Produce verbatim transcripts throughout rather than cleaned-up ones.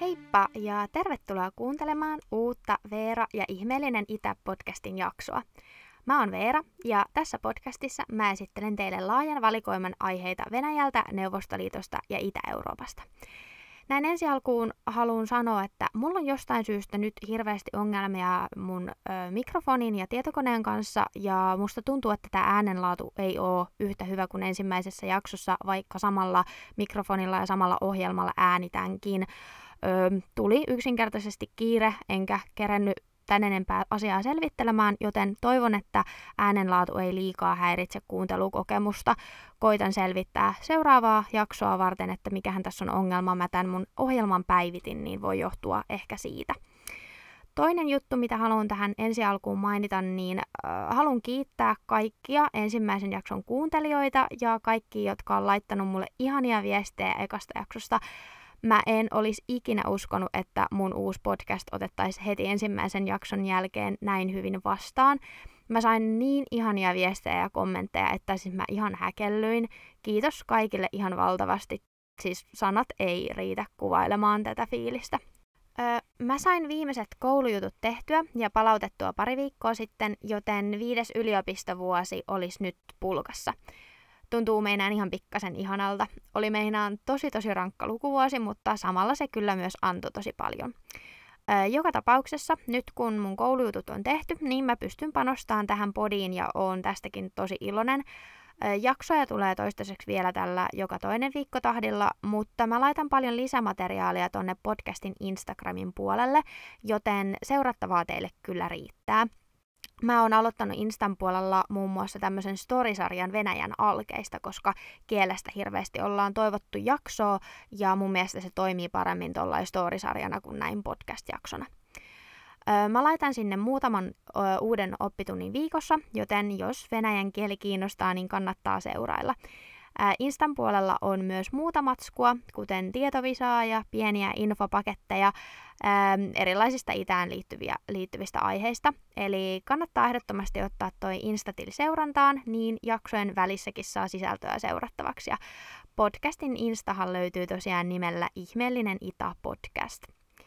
Heippa ja tervetuloa kuuntelemaan uutta Veera ja ihmeellinen Itä-podcastin jaksoa. Mä oon Veera ja tässä podcastissa mä esittelen teille laajan valikoiman aiheita Venäjältä, Neuvostoliitosta ja Itä-Euroopasta. Näin ensi alkuun haluan sanoa, että mulla on jostain syystä nyt hirveästi ongelmia mun ö, mikrofonin ja tietokoneen kanssa, ja musta tuntuu, että tämä äänenlaatu ei ole yhtä hyvä kuin ensimmäisessä jaksossa, vaikka samalla mikrofonilla ja samalla ohjelmalla äänitänkin. Ö, tuli yksinkertaisesti kiire, enkä kerennyt tän enempää asiaa selvittelemään, joten toivon, että äänenlaatu ei liikaa häiritse kuuntelukokemusta. Koitan selvittää seuraavaa jaksoa varten, että mikähän tässä on ongelma. Mä tämän mun ohjelman päivitin, niin voi johtua ehkä siitä. Toinen juttu, mitä haluan tähän ensi alkuun mainita, niin äh, haluan kiittää kaikkia ensimmäisen jakson kuuntelijoita ja kaikkia, jotka on laittanut mulle ihania viestejä ekasta jaksosta. Mä en olisi ikinä uskonut, että mun uusi podcast otettaisiin heti ensimmäisen jakson jälkeen näin hyvin vastaan. Mä sain niin ihania viestejä ja kommentteja, että siis mä ihan häkellyin. Kiitos kaikille ihan valtavasti. Siis sanat ei riitä kuvailemaan tätä fiilistä. Öö, mä sain viimeiset koulujutut tehtyä ja palautettua pari viikkoa sitten, joten viides yliopistovuosi olisi nyt pulkassa. Tuntuu meinaan ihan pikkasen ihanalta. Oli meinaan tosi tosi rankka lukuvuosi, mutta samalla se kyllä myös antoi tosi paljon. Öö, joka tapauksessa, nyt kun mun koulujutut on tehty, niin mä pystyn panostamaan tähän podiin ja oon tästäkin tosi iloinen. Öö, jaksoja tulee toistaiseksi vielä tällä joka toinen viikko tahdilla, mutta mä laitan paljon lisämateriaalia tonne podcastin Instagramin puolelle, joten seurattavaa teille kyllä riittää. Mä oon aloittanut Instan puolella muun muassa tämmöisen storisarjan Venäjän alkeista, koska kielestä hirveästi ollaan toivottu jaksoa, ja mun mielestä se toimii paremmin tollain storisarjana kuin näin podcast-jaksona. Öö, mä laitan sinne muutaman ö, uuden oppitunnin viikossa, joten jos venäjän kieli kiinnostaa, niin kannattaa seurailla. Instan puolella on myös muuta matskua, kuten tietovisaa ja pieniä infopaketteja ää, erilaisista itään liittyviä, liittyvistä aiheista. Eli kannattaa ehdottomasti ottaa toi Insta-tili seurantaan, niin jaksojen välissäkin saa sisältöä seurattavaksi. Ja podcastin Instahan löytyy tosiaan nimellä Ihmeellinen Itä-podcast.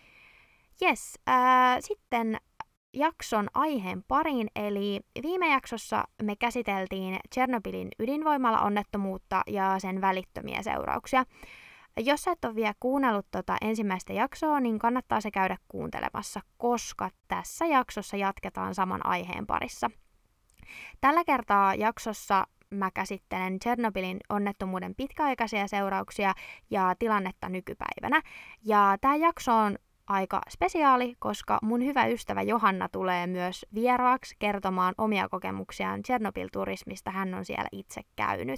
Jes, ää, sitten jakson aiheen pariin, eli viime jaksossa me käsiteltiin Tšernobylin ydinvoimala-onnettomuutta ja sen välittömiä seurauksia. Jos et ole vielä kuunnellut tuota ensimmäistä jaksoa, niin kannattaa se käydä kuuntelemassa, koska tässä jaksossa jatketaan saman aiheen parissa. Tällä kertaa jaksossa mä käsittelen Tšernobylin onnettomuuden pitkäaikaisia seurauksia ja tilannetta nykypäivänä. Ja tämä jakso on aika spesiaali, koska mun hyvä ystävä Johanna tulee myös vieraaksi kertomaan omia kokemuksiaan Tšernobyl-turismista, hän on siellä itse käynyt.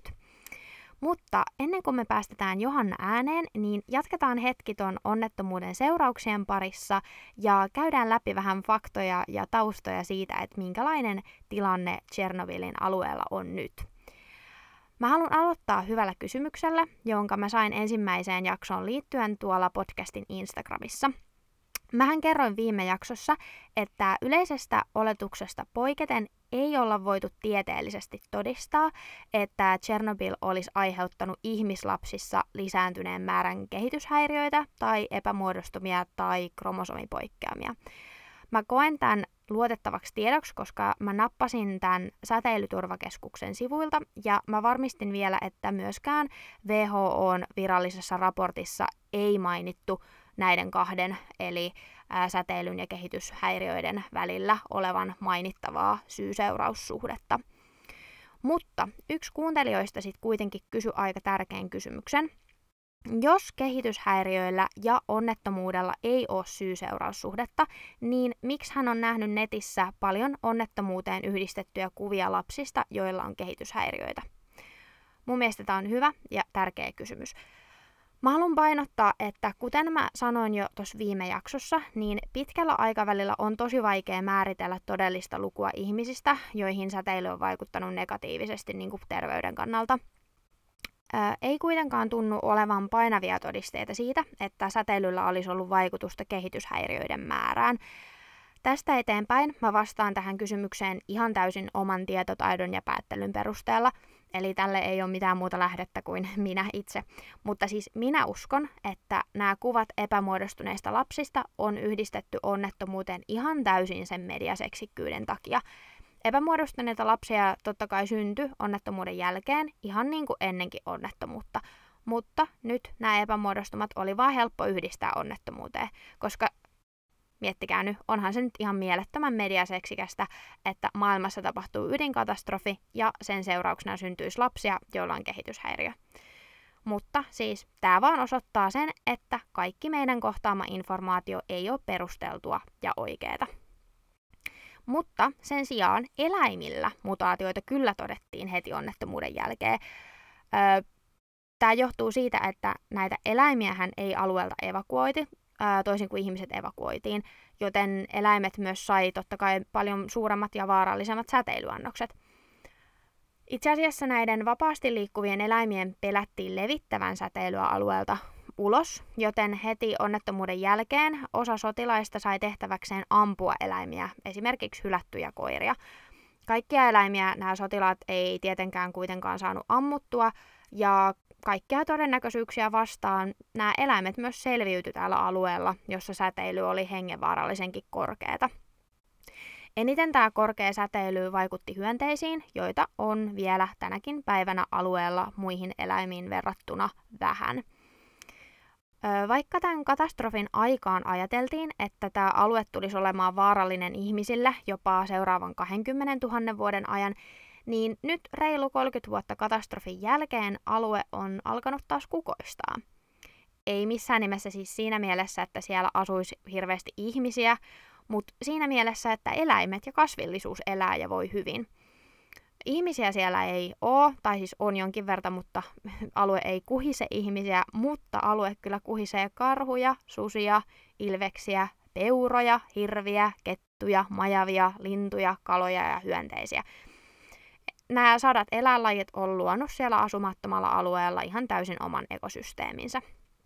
Mutta ennen kuin me päästetään Johanna ääneen, niin jatketaan hetki ton onnettomuuden seurauksien parissa ja käydään läpi vähän faktoja ja taustoja siitä, että minkälainen tilanne Tšernobylin alueella on nyt. Mä haluan aloittaa hyvällä kysymyksellä, jonka mä sain ensimmäiseen jaksoon liittyen tuolla podcastin Instagramissa. Mähän kerroin viime jaksossa, että yleisestä oletuksesta poiketen ei olla voitu tieteellisesti todistaa, että Tšernobyl olisi aiheuttanut ihmislapsissa lisääntyneen määrän kehityshäiriöitä tai epämuodostumia tai kromosomipoikkeamia. Mä koen tämän luotettavaksi tiedoksi, koska mä nappasin tämän Säteilyturvakeskuksen sivuilta ja mä varmistin vielä, että myöskään W H O:n virallisessa raportissa ei mainittu näiden kahden, eli ää, säteilyn ja kehityshäiriöiden välillä olevan mainittavaa syy-seuraussuhdetta. Mutta yksi kuuntelijoista sitten kuitenkin kysyi aika tärkeän kysymyksen. Jos kehityshäiriöillä ja onnettomuudella ei ole syy-seuraussuhdetta, niin miksi hän on nähnyt netissä paljon onnettomuuteen yhdistettyjä kuvia lapsista, joilla on kehityshäiriöitä? Mun mielestä tämä on hyvä ja tärkeä kysymys. Mä haluan painottaa, että kuten mä sanoin jo tuossa viime jaksossa, niin pitkällä aikavälillä on tosi vaikea määritellä todellista lukua ihmisistä, joihin säteily on vaikuttanut negatiivisesti niin kuin terveyden kannalta. Ää, ei kuitenkaan tunnu olevan painavia todisteita siitä, että säteilyllä olisi ollut vaikutusta kehityshäiriöiden määrään. Tästä eteenpäin mä vastaan tähän kysymykseen ihan täysin oman tietotaidon ja päättelyn perusteella. eli tälle ei ole mitään muuta lähdettä kuin minä itse. Mutta siis minä uskon, että nämä kuvat epämuodostuneista lapsista on yhdistetty onnettomuuteen ihan täysin sen mediaseksikkyyden takia. Epämuodostuneita lapsia totta kai syntyi onnettomuuden jälkeen, ihan niin kuin ennenkin onnettomuutta. Mutta nyt nämä epämuodostumat oli vaan helppo yhdistää onnettomuuteen, koska miettikää nyt, onhan se nyt ihan mielettömän mediaseksikästä, että maailmassa tapahtuu ydinkatastrofi ja sen seurauksena syntyisi lapsia, joilla on kehityshäiriö. Mutta siis tämä vaan osoittaa sen, että kaikki meidän kohtaama informaatio ei ole perusteltua ja oikeaa. Mutta sen sijaan eläimillä mutaatioita kyllä todettiin heti onnettomuuden jälkeen. Öö, Tämä johtuu siitä, että näitä eläimiähän ei alueelta evakuoitu, toisin kuin ihmiset evakuoitiin, joten eläimet myös sai totta kai paljon suuremmat ja vaarallisemmat säteilyannokset. Itse asiassa näiden vapaasti liikkuvien eläimien pelättiin levittävän säteilyä alueelta ulos, joten heti onnettomuuden jälkeen osa sotilaista sai tehtäväkseen ampua eläimiä, esimerkiksi hylättyjä koiria. Kaikkia eläimiä nämä sotilaat ei tietenkään kuitenkaan saanut ammuttua, ja kaikkia todennäköisyyksiä vastaan nämä eläimet myös selviytyi täällä alueella, jossa säteily oli hengenvaarallisenkin korkeata. Eniten tämä korkea säteily vaikutti hyönteisiin, joita on vielä tänäkin päivänä alueella muihin eläimiin verrattuna vähän. Vaikka tämän katastrofin aikaan ajateltiin, että tämä alue tulisi olemaan vaarallinen ihmisille jopa seuraavan kaksikymmentätuhatta vuoden ajan, niin nyt reilu kolmekymmentä vuotta katastrofin jälkeen alue on alkanut taas kukoistaa. Ei missään nimessä siis siinä mielessä, että siellä asuisi hirveästi ihmisiä, mutta siinä mielessä, että eläimet ja kasvillisuus elää ja voi hyvin. Ihmisiä siellä ei ole, tai siis on jonkin verran, mutta alue ei kuhise ihmisiä, mutta alue kyllä kuhisee karhuja, susia, ilveksiä, peuroja, hirviä, kettuja, majavia, lintuja, kaloja ja hyönteisiä. Nämä sadat eläinlajit on luonut siellä asumattomalla alueella ihan täysin oman ekosysteeminsä.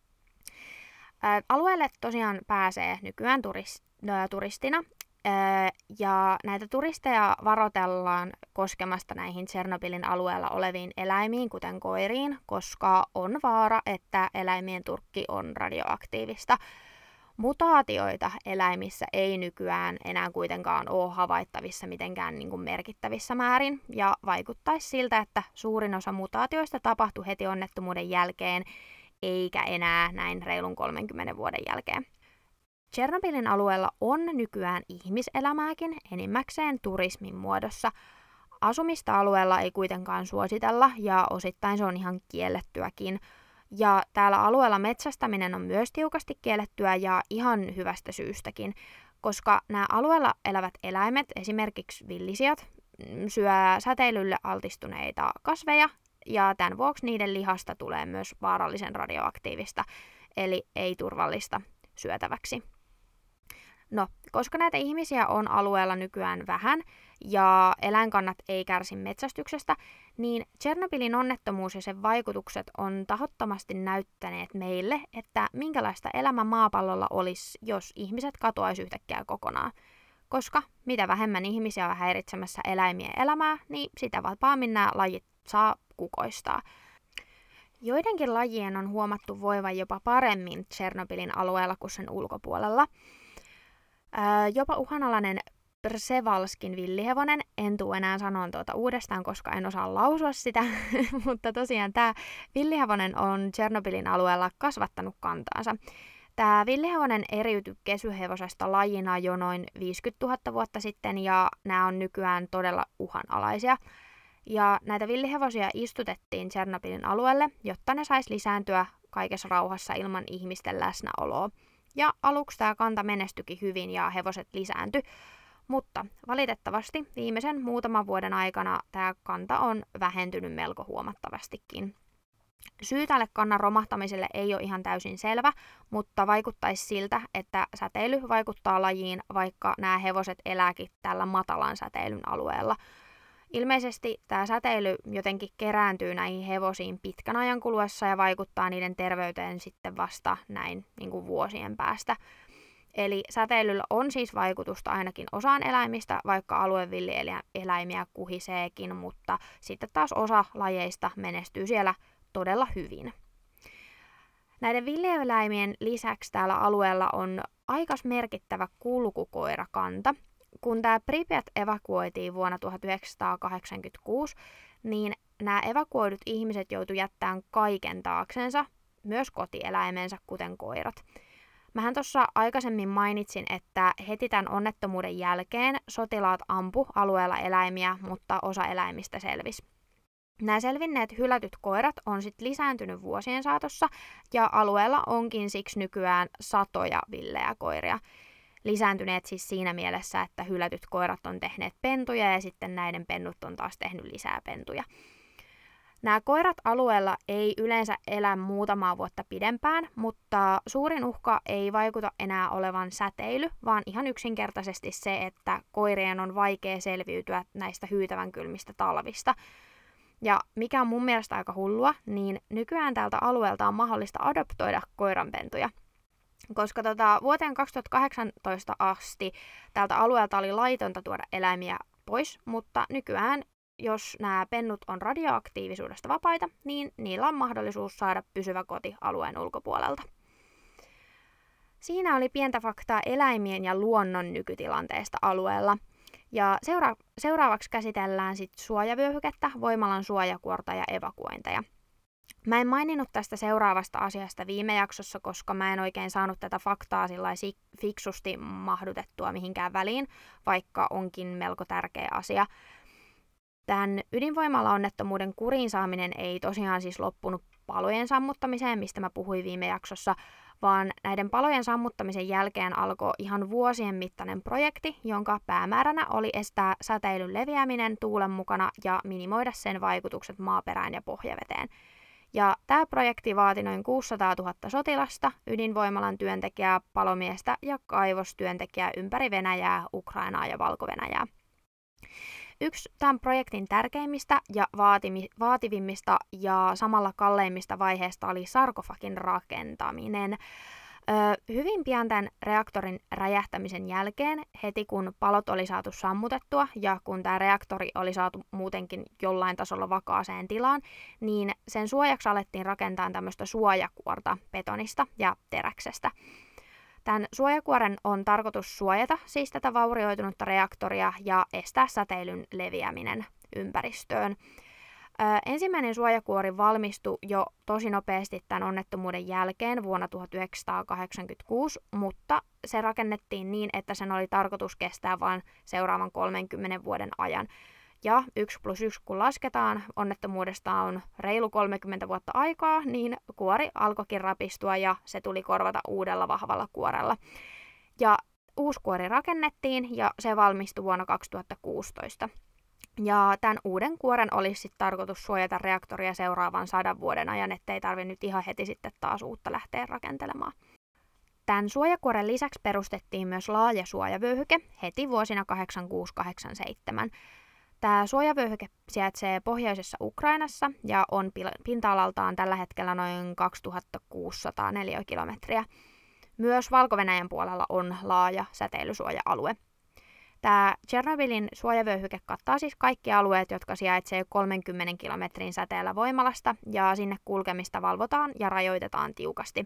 Ää, alueelle tosiaan pääsee nykyään turist, ää, turistina, ää, ja näitä turisteja varoitellaan koskemasta näihin Tšernobylin alueella oleviin eläimiin, kuten koiriin, koska on vaara, että eläimien turkki on radioaktiivista. Mutaatioita eläimissä ei nykyään enää kuitenkaan ole havaittavissa mitenkään niin kuin merkittävissä määrin, ja vaikuttaisi siltä, että suurin osa mutaatioista tapahtui heti onnettomuuden jälkeen, eikä enää näin reilun kolmenkymmenen vuoden jälkeen. Tšernobylin alueella on nykyään ihmiselämääkin enimmäkseen turismin muodossa. Asumista alueella ei kuitenkaan suositella, ja osittain se on ihan kiellettyäkin. Ja täällä alueella metsästäminen on myös tiukasti kiellettyä ja ihan hyvästä syystäkin, koska nämä alueella elävät eläimet, esimerkiksi villisijat, syö säteilylle altistuneita kasveja, ja tämän vuoksi niiden lihasta tulee myös vaarallisen radioaktiivista, eli ei turvallista syötäväksi. No, koska näitä ihmisiä on alueella nykyään vähän ja eläinkannat ei kärsi metsästyksestä, niin Tšernobylin onnettomuus ja sen vaikutukset on tahottomasti näyttäneet meille, että minkälaista elämä maapallolla olisi, jos ihmiset katoaisi yhtäkkiä kokonaan. Koska mitä vähemmän ihmisiä on häiritsemässä eläimien elämää, niin sitä vapaammin nämä lajit saa kukoistaa. Joidenkin lajien on huomattu voivan jopa paremmin Tšernobylin alueella kuin sen ulkopuolella. Ää, jopa uhanalainen Przewalskin villihevonen, en tule enää sanoa tuota uudestaan, koska en osaa lausua sitä, mutta tosiaan tämä villihevonen on Tšernobylin alueella kasvattanut kantaansa. Tämä villihevonen eriytyi kesyhevosesta lajina jo noin viisikymmentätuhatta vuotta sitten, ja nämä on nykyään todella uhanalaisia. Ja näitä villihevosia istutettiin Tšernobylin alueelle, jotta ne sais lisääntyä kaikessa rauhassa ilman ihmisten läsnäoloa. Ja aluksi tämä kanta menestyikin hyvin ja hevoset lisääntyi, mutta valitettavasti viimeisen muutaman vuoden aikana tämä kanta on vähentynyt melko huomattavastikin. Syy tälle kannan romahtamiselle ei ole ihan täysin selvä, mutta vaikuttaisi siltä, että säteily vaikuttaa lajiin, vaikka nämä hevoset elääkin tällä matalan säteilyn alueella. Ilmeisesti tämä säteily jotenkin kerääntyy näihin hevosiin pitkän ajan kuluessa ja vaikuttaa niiden terveyteen sitten vasta näin niin kuin vuosien päästä. Eli säteilyllä on siis vaikutusta ainakin osaan eläimistä, vaikka aluevillieläimiä kuhiseekin, mutta sitten taas osa lajeista menestyy siellä todella hyvin. Näiden villieläimien lisäksi täällä alueella on aikas merkittävä kulkukoirakanta. Kun tämä Pripyat evakuoitiin vuonna tuhatyhdeksänsataakahdeksankymmentäkuusi, niin nämä evakuoidut ihmiset joutuivat jättämään kaiken taaksensa, myös kotieläimensä, kuten koirat. Mähän tuossa aikaisemmin mainitsin, että heti tämän onnettomuuden jälkeen sotilaat ampu alueella eläimiä, mutta osa eläimistä selvisi. Nämä selvinneet hylätyt koirat on sitten lisääntynyt vuosien saatossa, ja alueella onkin siksi nykyään satoja villejä koiria. Lisääntyneet siis siinä mielessä, että hylätyt koirat on tehneet pentuja ja sitten näiden pennut on taas tehnyt lisää pentuja. Nämä koirat alueella ei yleensä elä muutamaa vuotta pidempään, mutta suurin uhka ei vaikuta enää olevan säteily, vaan ihan yksinkertaisesti se, että koirien on vaikea selviytyä näistä hyytävän kylmistä talvista. Ja mikä on mun mielestä aika hullua, niin nykyään tältä alueelta on mahdollista adoptoida koiranpentuja. Koska tota, vuoteen kaksituhattakahdeksantoista asti tältä alueelta oli laitonta tuoda eläimiä pois, mutta nykyään, jos nämä pennut on radioaktiivisuudesta vapaita, niin niillä on mahdollisuus saada pysyvä koti alueen ulkopuolelta. Siinä oli pientä faktaa eläimien ja luonnon nykytilanteesta alueella. Ja seura- seuraavaksi käsitellään sit suojavyöhykettä, voimalan suojakuorta ja evakuointeja. Mä en maininnut tästä seuraavasta asiasta viime jaksossa, koska mä en oikein saanut tätä faktaa sillaisi fiksusti mahdutettua mihinkään väliin, vaikka onkin melko tärkeä asia. Tämän ydinvoimala-onnettomuuden kuriin saaminen ei tosiaan siis loppunut palojen sammuttamiseen, mistä mä puhuin viime jaksossa, vaan näiden palojen sammuttamisen jälkeen alkoi ihan vuosien mittainen projekti, jonka päämääränä oli estää säteilyn leviäminen tuulen mukana ja minimoida sen vaikutukset maaperään ja pohjaveteen. Ja tämä projekti vaati noin kuusisataatuhatta sotilasta, ydinvoimalan työntekijää, palomiestä ja kaivostyöntekijää ympäri Venäjää, Ukrainaa ja Valko-Venäjää. Yksi tämän projektin tärkeimmistä ja vaatimi, vaativimmista ja samalla kalleimmista vaiheista oli sarkofagin rakentaminen. Öö, hyvin pian tämän reaktorin räjähtämisen jälkeen, heti kun palot oli saatu sammutettua ja kun tämä reaktori oli saatu muutenkin jollain tasolla vakaaseen tilaan, niin sen suojaksi alettiin rakentaa tämmöistä suojakuorta betonista ja teräksestä. Tämän suojakuoren on tarkoitus suojata siis tätä vaurioitunutta reaktoria ja estää säteilyn leviäminen ympäristöön. Ö, ensimmäinen suojakuori valmistui jo tosi nopeasti tämän onnettomuuden jälkeen vuonna tuhatyhdeksänsataakahdeksankymmentäkuusi, mutta se rakennettiin niin, että sen oli tarkoitus kestää vain seuraavan kolmenkymmenen vuoden ajan. Ja yksi plus yksi kun lasketaan, onnettomuudesta on reilu kolmekymmentä vuotta aikaa, niin kuori alkoikin rapistua ja se tuli korvata uudella vahvalla kuorella. Ja uusi kuori rakennettiin ja se valmistui vuonna kaksituhattakuusitoista. Ja tämän uuden kuoren olisi sitten tarkoitus suojata reaktoria seuraavan sadan vuoden ajan, ettei tarvitse nyt ihan heti sitten taas uutta lähteä rakentelemaan. Tämän suojakuoren lisäksi perustettiin myös laaja suojavyöhyke heti vuosina kahdeksankymmentäkuusi kahdeksankymmentäseitsemän. Tämä suojavyöhyke sijaitsee pohjoisessa Ukrainassa ja on pinta-alaltaan tällä hetkellä noin kaksituhattakuusisataa neliökilometriä. Myös Valko-Venäjän puolella on laaja säteilysuoja-alue. Tämä Tšernobylin suojavyöhyke kattaa siis kaikki alueet, jotka sijaitsee kolmenkymmenen kilometrin säteellä voimalasta, ja sinne kulkemista valvotaan ja rajoitetaan tiukasti.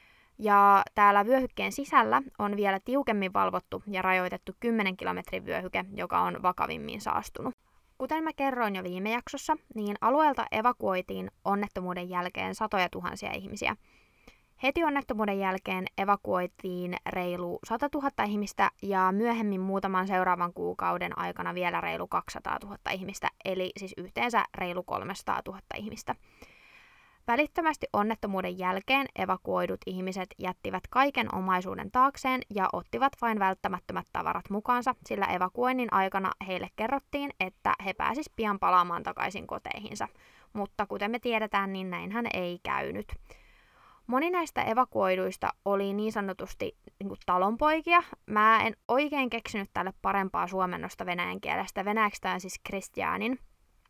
Ja täällä vyöhykkeen sisällä on vielä tiukemmin valvottu ja rajoitettu kymmenen kilometrin vyöhyke, joka on vakavimmin saastunut. Kuten mä kerroin jo viime jaksossa, niin alueelta evakuoitiin onnettomuuden jälkeen satoja tuhansia ihmisiä. Heti onnettomuuden jälkeen evakuoitiin reilu satatuhatta ihmistä ja myöhemmin muutaman seuraavan kuukauden aikana vielä reilu kaksisataatuhatta ihmistä, eli siis yhteensä reilu kolmesataatuhatta ihmistä. Välittömästi onnettomuuden jälkeen evakuoidut ihmiset jättivät kaiken omaisuuden taakseen ja ottivat vain välttämättömät tavarat mukaansa, sillä evakuoinnin aikana heille kerrottiin, että he pääsisivät pian palaamaan takaisin koteihinsa. Mutta kuten me tiedetään, niin näinhän ei käynyt. Moni näistä evakuoiduista oli niin sanotusti niin kuin talonpoikia. Mä en oikein keksinyt tälle parempaa suomennosta venäjän kielestä. Venäjäksi tämä on siis Kristianin.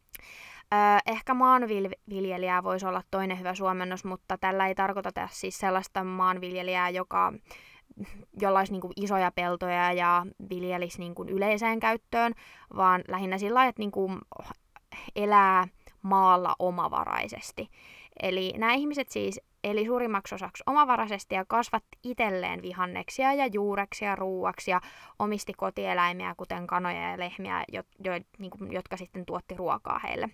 Öö, ehkä maanviljelijää voisi olla toinen hyvä suomennos, mutta tällä ei tarkoiteta siis sellaista maanviljelijää, joka jolla olisi niin kuin isoja peltoja ja viljelisi niin kuin yleiseen käyttöön, vaan lähinnä sillä lailla, että niin kuin elää maalla omavaraisesti. Eli nämä ihmiset siis eli suurimmaksi osaksi omavaraisesti ja kasvatti itselleen vihanneksia ja juureksia ruuaksi ja omisti kotieläimiä, kuten kanoja ja lehmiä, jo, jo, niin kuin, jotka sitten tuotti ruokaa heille.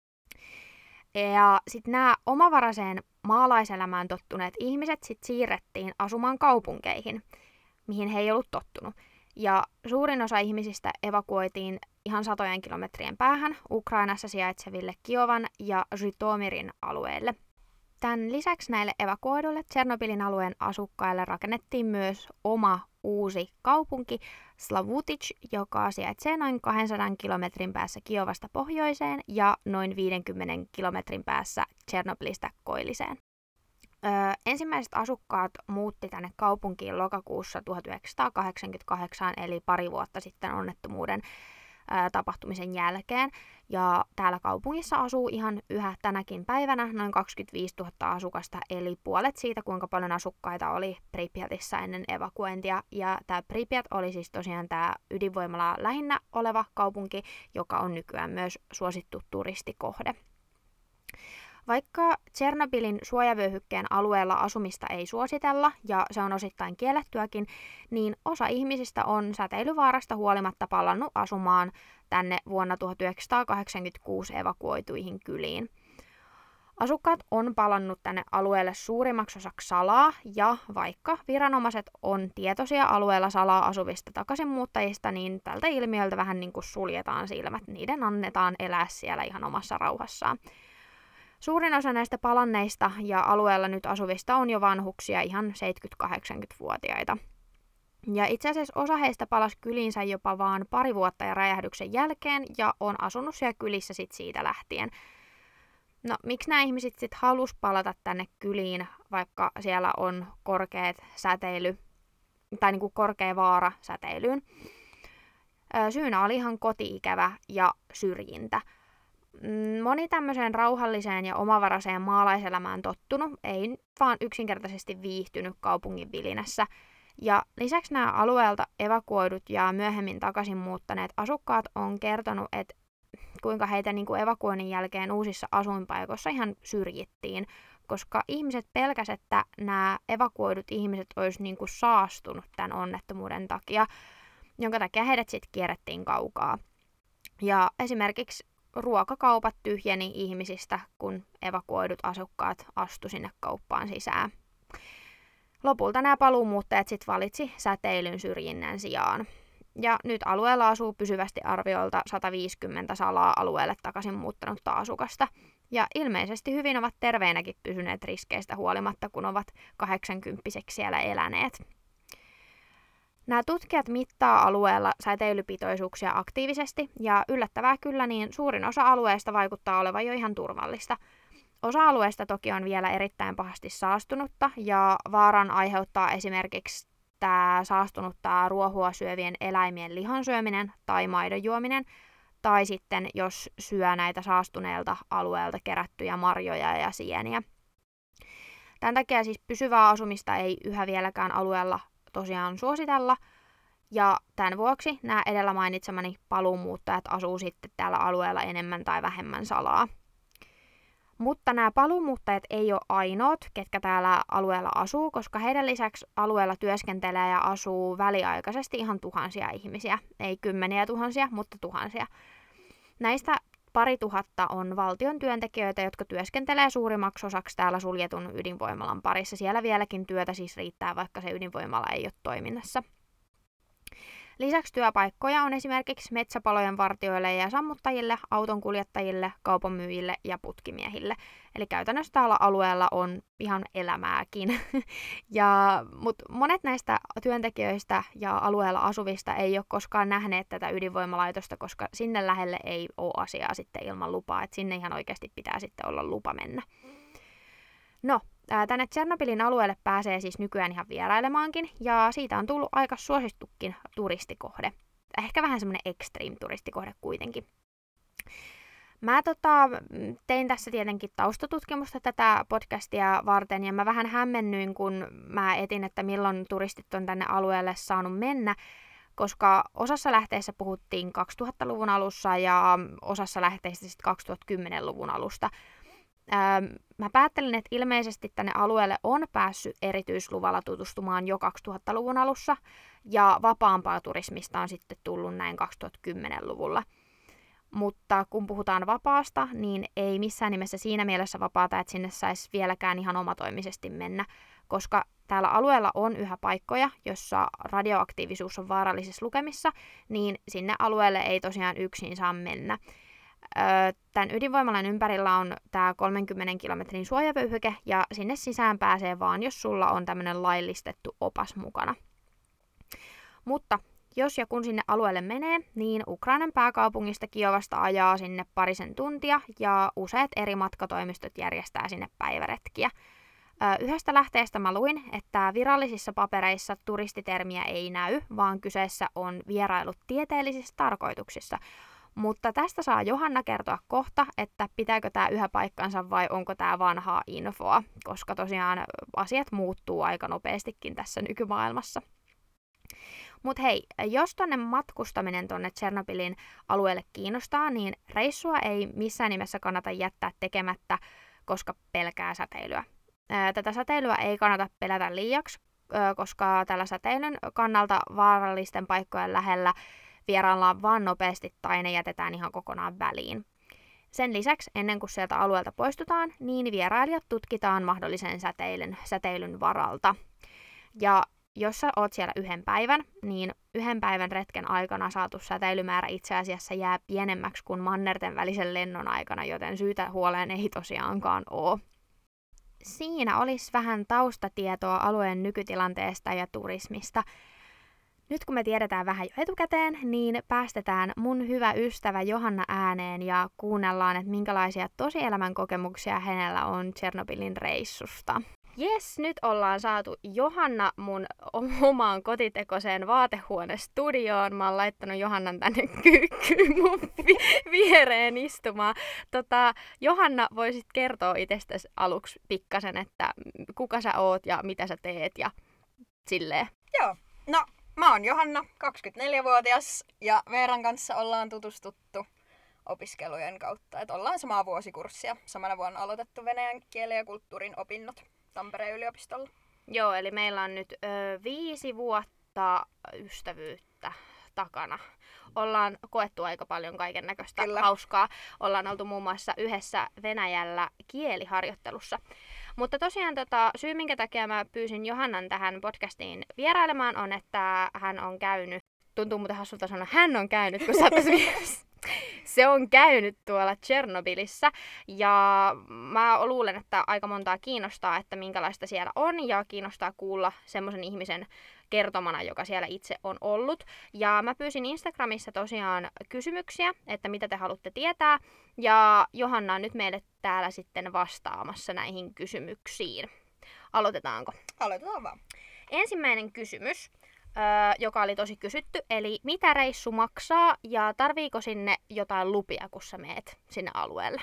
Ja sitten nämä omavaraiseen maalaiselämään tottuneet ihmiset sit siirrettiin asumaan kaupunkeihin, mihin he ei ollut tottunut. Ja suurin osa ihmisistä evakuoitiin ihan satojen kilometrien päähän Ukrainassa sijaitseville Kiovan ja Žytomirin alueelle. Tämän lisäksi näille evakuoiduille Tšernobylin alueen asukkaille rakennettiin myös oma uusi kaupunki Slavutic, joka sijaitsee noin kahdensadan kilometrin päässä Kiovasta pohjoiseen ja noin viidenkymmenen kilometrin päässä Tšernobylistä koilliseen. Öö, ensimmäiset asukkaat muutti tänne kaupunkiin lokakuussa tuhatyhdeksänsataakahdeksankymmentäkahdeksan, eli pari vuotta sitten onnettomuuden ää, tapahtumisen jälkeen. Ja täällä kaupungissa asuu ihan yhä tänäkin päivänä noin kaksikymmentäviisituhatta asukasta, eli puolet siitä, kuinka paljon asukkaita oli Pripyatissa ennen evakuointia. Ja tämä Pripyat oli siis tosiaan tämä ydinvoimala lähinnä oleva kaupunki, joka on nykyään myös suosittu turistikohde. Vaikka Tšernobylin suojavyöhykkeen alueella asumista ei suositella, ja se on osittain kiellettyäkin, niin osa ihmisistä on säteilyvaarasta huolimatta palannut asumaan tänne vuonna tuhatyhdeksänsataakahdeksankymmentäkuusi evakuoituihin kyliin. Asukkaat on palannut tänne alueelle suurimmaksi osaksi salaa, ja vaikka viranomaiset on tietoisia alueella salaa asuvista takaisinmuuttajista, niin tältä ilmiöltä vähän niin kuin suljetaan silmät, niiden annetaan elää siellä ihan omassa rauhassaan. Suurin osa näistä palanneista ja alueella nyt asuvista on jo vanhuksia, ihan seitsemänkymmentä-kahdeksankymmentävuotiaita. Ja itse asiassa osa heistä palasi kyliinsä jopa vaan pari vuotta ja räjähdyksen jälkeen ja on asunut siellä kylissä sit siitä lähtien. No, miksi nämä ihmiset sitten halus palata tänne kyliin, vaikka siellä on korkeat säteily, tai niinku korkea vaara säteilyyn? Syynä oli ihan koti-ikävä ja syrjintä. Moni tämmöiseen rauhalliseen ja omavaraiseen maalaiselämään tottunut ei vaan yksinkertaisesti viihtynyt kaupungin vilinässä. Ja lisäksi nämä alueelta evakuoidut ja myöhemmin takaisin muuttaneet asukkaat on kertonut, että kuinka heitä niin kuin evakuoinnin jälkeen uusissa asuinpaikoissa ihan syrjittiin, koska ihmiset pelkäsivät, että nämä evakuoidut ihmiset olisi niin kuin saastunut tämän onnettomuuden takia, jonka takia heidät sitten kierrettiin kaukaa. Ja esimerkiksi ruokakaupat tyhjeni ihmisistä, kun evakuoidut asukkaat astu sinne kauppaan sisään. Lopulta nämä paluumuuttajat sitten valitsi säteilyn syrjinnän sijaan. Ja nyt alueella asuu pysyvästi arviolta sata viisikymmentä salaa alueelle takaisin muuttanutta asukasta. Ja ilmeisesti hyvin ovat terveinäkin pysyneet riskeistä huolimatta, kun ovat kahdeksankymppiseksi siellä eläneet. Nämä tutkijat mittaa alueella säteilypitoisuuksia aktiivisesti, ja yllättävää kyllä niin suurin osa alueesta vaikuttaa olevan jo ihan turvallista. Osa alueesta toki on vielä erittäin pahasti saastunutta, ja vaaran aiheuttaa esimerkiksi tämä saastunutta ruohua syövien eläimien lihan syöminen tai maidon juominen, tai sitten jos syö näitä saastuneelta alueelta kerättyjä marjoja ja sieniä. Tämän takia siis pysyvää asumista ei yhä vieläkään alueella tosiaan suositella, ja tämän vuoksi nämä edellä mainitsemani paluumuuttajat asuu sitten täällä alueella enemmän tai vähemmän salaa. Mutta nämä paluumuuttajat ei ole ainoat, ketkä täällä alueella asuu, koska heidän lisäksi alueella työskentelee ja asuu väliaikaisesti ihan tuhansia ihmisiä. Ei kymmeniä tuhansia, mutta tuhansia. Näistä pari tuhatta on valtion työntekijöitä, jotka työskentelee suurimmaksi osaksi täällä suljetun ydinvoimalan parissa. Siellä vieläkin työtä siis riittää, vaikka se ydinvoimala ei ole toiminnassa. Lisäksi työpaikkoja on esimerkiksi metsäpalojen vartijoille ja sammuttajille, autonkuljettajille, kaupanmyyjille ja putkimiehille. Eli käytännössä täällä alueella on ihan elämääkin. ja, Mutta monet näistä työntekijöistä ja alueella asuvista ei ole koskaan nähneet tätä ydinvoimalaitosta, koska sinne lähelle ei ole asiaa sitten ilman lupaa. Et sinne ihan oikeasti pitää sitten olla lupa mennä. No, tänne Tšernobylin alueelle pääsee siis nykyään ihan vierailemaankin, ja siitä on tullut aika suosittukin turistikohde. Ehkä vähän semmoinen extreme turistikohde kuitenkin. Mä tota, tein tässä tietenkin taustatutkimusta tätä podcastia varten, ja mä vähän hämmennyin, kun mä etin, että milloin turistit on tänne alueelle saanut mennä, koska osassa lähteistä puhuttiin kaksituhattaluvun alussa ja osassa lähteistä sitten kaksituhattakymmenluvun alusta. Öö, mä päättelin, että ilmeisesti tänne alueelle on päässyt erityisluvalla tutustumaan jo kaksituhattaluvun alussa, ja vapaampaa turismista on sitten tullut näin kaksituhattakymmenluvulla. Mutta kun puhutaan vapaasta, niin ei missään nimessä siinä mielessä vapaata, että sinne saisi vieläkään ihan omatoimisesti mennä, koska täällä alueella on yhä paikkoja, jossa radioaktiivisuus on vaarallisissa lukemissa, niin sinne alueelle ei tosiaan yksin saa mennä. Tämän ydinvoimalan ympärillä on tämä kolmenkymmenen kilometrin suojavyöhyke, ja sinne sisään pääsee vaan, jos sulla on tämmöinen laillistettu opas mukana. Mutta jos ja kun sinne alueelle menee, niin Ukrainan pääkaupungista Kiovasta ajaa sinne parisen tuntia, ja useat eri matkatoimistot järjestää sinne päiväretkiä. Yhdestä lähteestä mä luin, että virallisissa papereissa turistitermiä ei näy, vaan kyseessä on vierailut tieteellisissä tarkoituksissa. Mutta tästä saa Johanna kertoa kohta, että pitääkö tämä yhä paikkansa vai onko tämä vanhaa infoa, koska tosiaan asiat muuttuu aika nopeastikin tässä nykymaailmassa. Mutta hei, jos tonne matkustaminen tonne Tšernobylin alueelle kiinnostaa, niin reissua ei missään nimessä kannata jättää tekemättä, koska pelkää säteilyä. Tätä säteilyä ei kannata pelätä liiaksi, koska tällä säteilyn kannalta vaarallisten paikkojen lähellä vieraillaan vaan nopeasti tai ne jätetään ihan kokonaan väliin. Sen lisäksi, ennen kuin sieltä alueelta poistutaan, niin vierailijat tutkitaan mahdollisen säteilyn, säteilyn varalta. Ja jos sä oot siellä yhden päivän, niin yhden päivän retken aikana saatu säteilymäärä itse asiassa jää pienemmäksi kuin mannerten välisen lennon aikana, joten syytä huoleen ei tosiaankaan ole. Siinä olisi vähän taustatietoa alueen nykytilanteesta ja turismista. Nyt kun me tiedetään vähän jo etukäteen, niin päästetään mun hyvä ystävä Johanna ääneen ja kuunnellaan, että minkälaisia tosielämän kokemuksia hänellä on Tšernobylin reissusta. Jes, nyt ollaan saatu Johanna mun omaan kotitekoiseen vaatehuonestudioon. Mä oon laittanut Johannan tänne kyykkyyn mun vi- viereen istumaan. Tota, Johanna, voisit kertoa itsestäsi aluksi pikkasen, että kuka sä oot ja mitä sä teet ja silleen. Joo, no mä oon Johanna, kaksikymmentäneljävuotias ja Veeran kanssa ollaan tutustuttu opiskelujen kautta. Et ollaan samaa vuosikurssia. Samana vuonna aloitettu venäjän kielen ja kulttuurin opinnot Tampereen yliopistolla. Joo, eli meillä on nyt ö, viisi vuotta ystävyyttä takana. Ollaan koettu aika paljon kaiken näköistä hauskaa. Ollaan oltu muun muassa yhdessä Venäjällä kieliharjoittelussa. Mutta tosiaan tota, syy, minkä takia mä pyysin Johannan tähän podcastiin vierailemaan, on, että hän on käynyt, tuntuu muuten hassulta sanoa, hän on käynyt, kun sä oot tässä Se on käynyt tuolla Tšernobylissä, ja mä luulen, että aika montaa kiinnostaa, että minkälaista siellä on, ja kiinnostaa kuulla semmoisen ihmisen kertomana, joka siellä itse on ollut. Ja mä pyysin Instagramissa tosiaan kysymyksiä, että mitä te haluatte tietää, ja Johanna on nyt meille täällä sitten vastaamassa näihin kysymyksiin. Aloitetaanko? Aloitetaan vaan. Ensimmäinen kysymys, Öö, joka oli tosi kysytty, eli mitä reissu maksaa ja tarviiko sinne jotain lupia, kun sä meet sinne alueelle?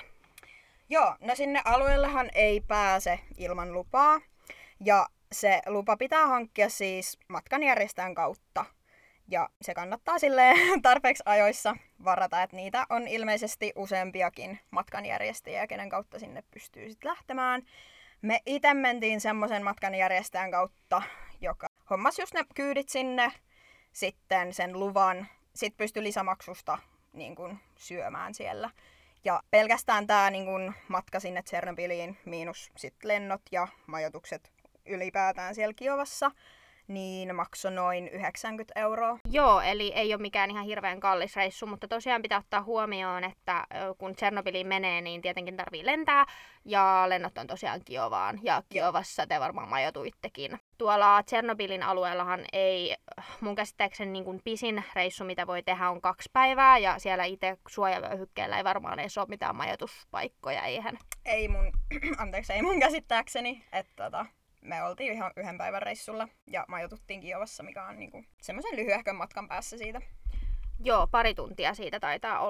Joo, no sinne alueellehan ei pääse ilman lupaa, ja se lupa pitää hankkia siis matkanjärjestäjän kautta. Ja se kannattaa silleen tarpeeksi ajoissa varata, että niitä on ilmeisesti useampiakin matkanjärjestäjiä, kenen kautta sinne pystyy sitten lähtemään. Me itse mentiin semmoisen matkanjärjestäjän kautta, joka hommas just ne kyydit sinne, sitten sen luvan, sit pystyi lisämaksusta niin kun, syömään siellä. Ja pelkästään tämä niin kun, matka sinne Tšernobyliin, miinus sit lennot ja majoitukset ylipäätään siellä Kiovassa, niin maksoi noin yhdeksänkymmentä euroa. Joo, eli ei ole mikään ihan hirveän kallis reissu, mutta tosiaan pitää ottaa huomioon, että kun Tšernobyliin menee, niin tietenkin tarvii lentää, ja lennot on tosiaan Kiovaan, ja Kiovassa te varmaan majoituittekin. Tuolla Tšernobylin alueellahan ei, mun käsittääkseni niin kuin pisin reissu, mitä voi tehdä, on kaksi päivää, ja siellä itse suojavyöhykkeellä ei varmaan edes ole mitään majoituspaikkoja, eihän? Ei mun, anteeksi, ei mun käsittääkseni, että tota... Me oltiin ihan yhden päivän reissulla ja majoituttiin Kiovassa, mikä on niinku semmoisen lyhyehkön matkan päässä siitä. Joo, pari tuntia siitä taitaa olla.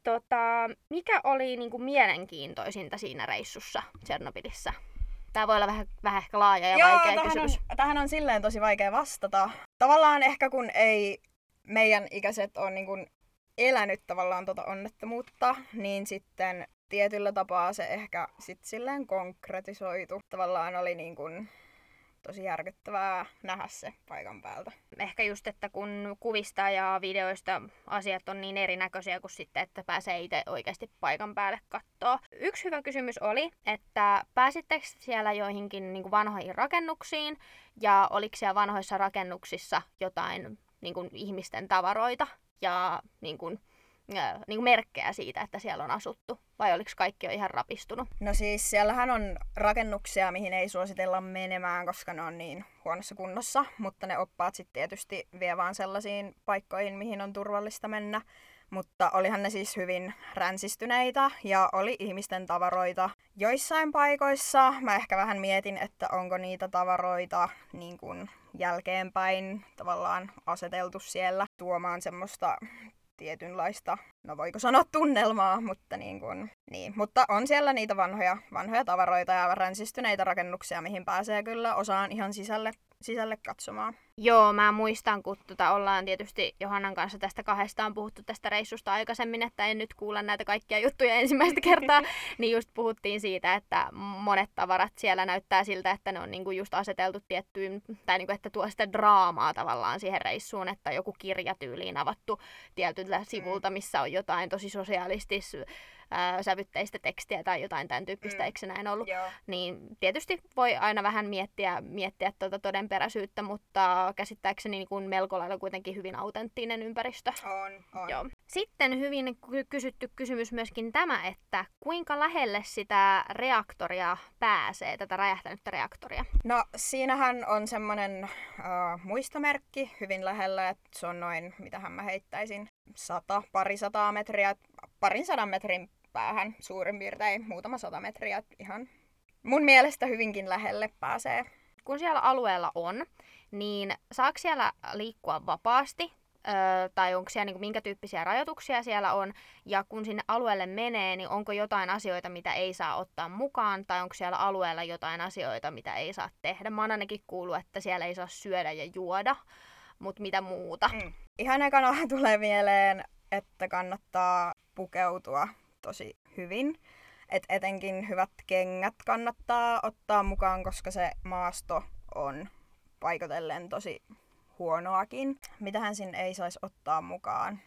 tota, mikä oli niinku mielenkiintoisinta siinä reissussa Tšernobylissa? Tää voi olla vähän, vähän ehkä laaja ja Joo, vaikea tähän kysymys. On, tähän on silleen tosi vaikea vastata. Tavallaan ehkä kun ei meidän ikäiset ole niin kuin elänyt tavallaan tuota onnettomuutta, niin sitten tietyllä tapaa se ehkä sit silleen konkretisoitu. Tavallaan oli niin kuin tosi järkyttävää nähdä se paikan päältä. Ehkä just, että kun kuvista ja videoista asiat on niin erinäköisiä kuin sitten, että pääsee itse oikeasti paikan päälle kattoo. Yksi hyvä kysymys oli, että pääsittekö siellä joihinkin niin kuin vanhoihin rakennuksiin ja oliko siellä vanhoissa rakennuksissa jotain niin kuin ihmisten tavaroita ja niin kuin, äh, niin kuin merkkejä siitä, että siellä on asuttu? Vai oliko kaikki jo ihan rapistunut? No siis siellähän on rakennuksia, mihin ei suositella menemään, koska ne on niin huonossa kunnossa, mutta ne oppaat sitten tietysti vie vaan sellaisiin paikkoihin, mihin on turvallista mennä. Mutta olihan ne siis hyvin ränsistyneitä ja oli ihmisten tavaroita joissain paikoissa. Mä ehkä vähän mietin, että onko niitä tavaroita niin kuin jälkeenpäin tavallaan aseteltu siellä tuomaan semmoista tietynlaista, no voiko sanoa tunnelmaa, mutta niin kuin, niin. Mutta on siellä niitä vanhoja, vanhoja tavaroita ja ränsistyneitä rakennuksia, mihin pääsee kyllä osaan ihan sisälle, sisälle katsomaan. Joo, mä muistan, kun tota, ollaan tietysti Johannan kanssa tästä kahdestaan puhuttu tästä reissusta aikaisemmin, että en nyt kuulla näitä kaikkia juttuja ensimmäistä kertaa, niin just puhuttiin siitä, että monet tavarat siellä näyttää siltä, että ne on niinku just aseteltu tiettyyn, tai niinku, että tuo sitä draamaa tavallaan siihen reissuun, että joku kirjatyyliin avattu tietyltä sivulta, missä on jotain tosi sosialistis ää, sävytteistä tekstiä tai jotain tämän tyyppistä, mm. eikö se näin ollut? Joo. Niin tietysti voi aina vähän miettiä, miettiä tuota todenperäisyyttä, mutta käsittääkseni niin kuin melko lailla kuitenkin hyvin autenttinen ympäristö. On, on. Joo. Sitten hyvin kysytty kysymys myöskin tämä, että kuinka lähelle sitä reaktoria pääsee, tätä räjähtänyttä reaktoria? No siinähän on semmoinen uh, muistomerkki hyvin lähellä, että se on noin, mitähän mä heittäisin, sata, pari sataa metriä, parin sadan metrin päähän suurin piirtein, muutama sata metriä, ihan mun mielestä hyvinkin lähelle pääsee. Kun siellä alueella on, niin saako siellä liikkua vapaasti? Öö, tai onko siellä niin minkä tyyppisiä rajoituksia siellä on, ja kun sinne alueelle menee, niin onko jotain asioita, mitä ei saa ottaa mukaan, tai onko siellä alueella jotain asioita, mitä ei saa tehdä. Mä oon ainakin kuullut, että siellä ei saa syödä ja juoda, mutta mitä muuta? Mm. Ihan ekana tulee mieleen, että kannattaa pukeutua tosi hyvin. Et etenkin hyvät kengät kannattaa ottaa mukaan, koska se maasto on paikotellen tosi huonoakin. Mitähän sinne ei saisi ottaa mukaan?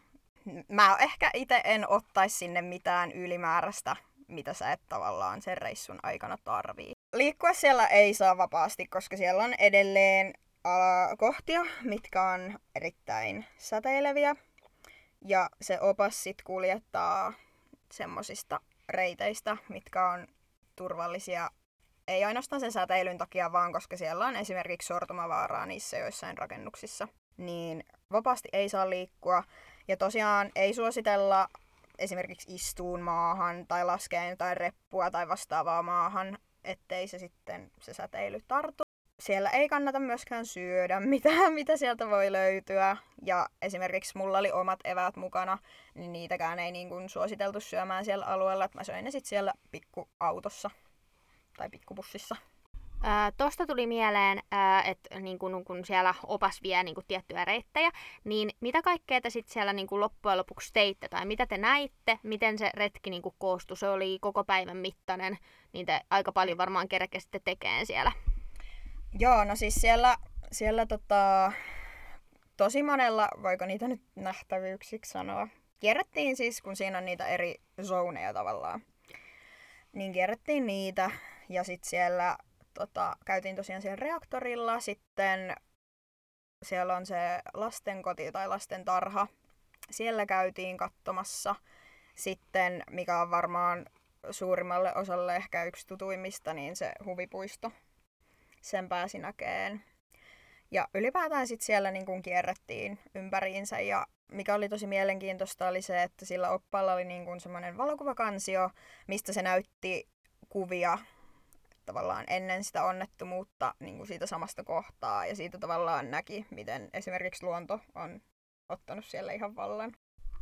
Mä ehkä itse en ottaisi sinne mitään ylimääräistä, mitä sä et tavallaan sen reissun aikana tarvii. Liikkua siellä ei saa vapaasti, koska siellä on edelleen alakohtia, mitkä on erittäin säteileviä. Ja se opas sit kuljettaa semmosista reiteistä, mitkä on turvallisia. Ei ainoastaan sen säteilyn takia, vaan koska siellä on esimerkiksi sortumavaaraa niissä joissain rakennuksissa. Niin vapaasti ei saa liikkua. Ja tosiaan ei suositella esimerkiksi istuun maahan tai laskea jotain reppua tai vastaavaa maahan, ettei se sitten se säteily tartu. Siellä ei kannata myöskään syödä mitään, mitä sieltä voi löytyä. Ja esimerkiksi mulla oli omat eväät mukana, niin niitäkään ei niin kuin suositeltu syömään siellä alueella. Että mä söin ne sitten siellä pikkuautossa tai pikkubussissa. Ää, Tuosta tuli mieleen, että niin kun, kun siellä opas vie niin kun tiettyjä reittejä, niin mitä kaikkea te sitten siellä niin kun loppujen lopuksi teitte, tai mitä te näitte, miten se retki niin kun koostui, se oli koko päivän mittainen, niin te aika paljon varmaan kerkesitte tekemään siellä. Joo, no siis siellä, siellä tota, tosi monella, voiko niitä nyt nähtävyyksiksi sanoa, kierrettiin siis, kun siinä on niitä eri zoneja tavallaan, niin kierrettiin niitä ja sitten siellä tota, käytiin tosiaan siellä reaktorilla, sitten siellä on se lastenkoti tai lastentarha, siellä käytiin katsomassa, sitten mikä on varmaan suurimmalle osalle ehkä yksi tutuimmista, niin se huvipuisto. Sen pääsi näkeen. Ja ylipäätään sitten siellä niin kun kierrettiin ympäriinsä. Ja mikä oli tosi mielenkiintoista oli se, että sillä oppaalla oli niin kun semmoinen valokuvakansio, mistä se näytti kuvia tavallaan ennen sitä onnettomuutta niin kun siitä samasta kohtaa. Ja siitä tavallaan näki, miten esimerkiksi luonto on ottanut siellä ihan vallan.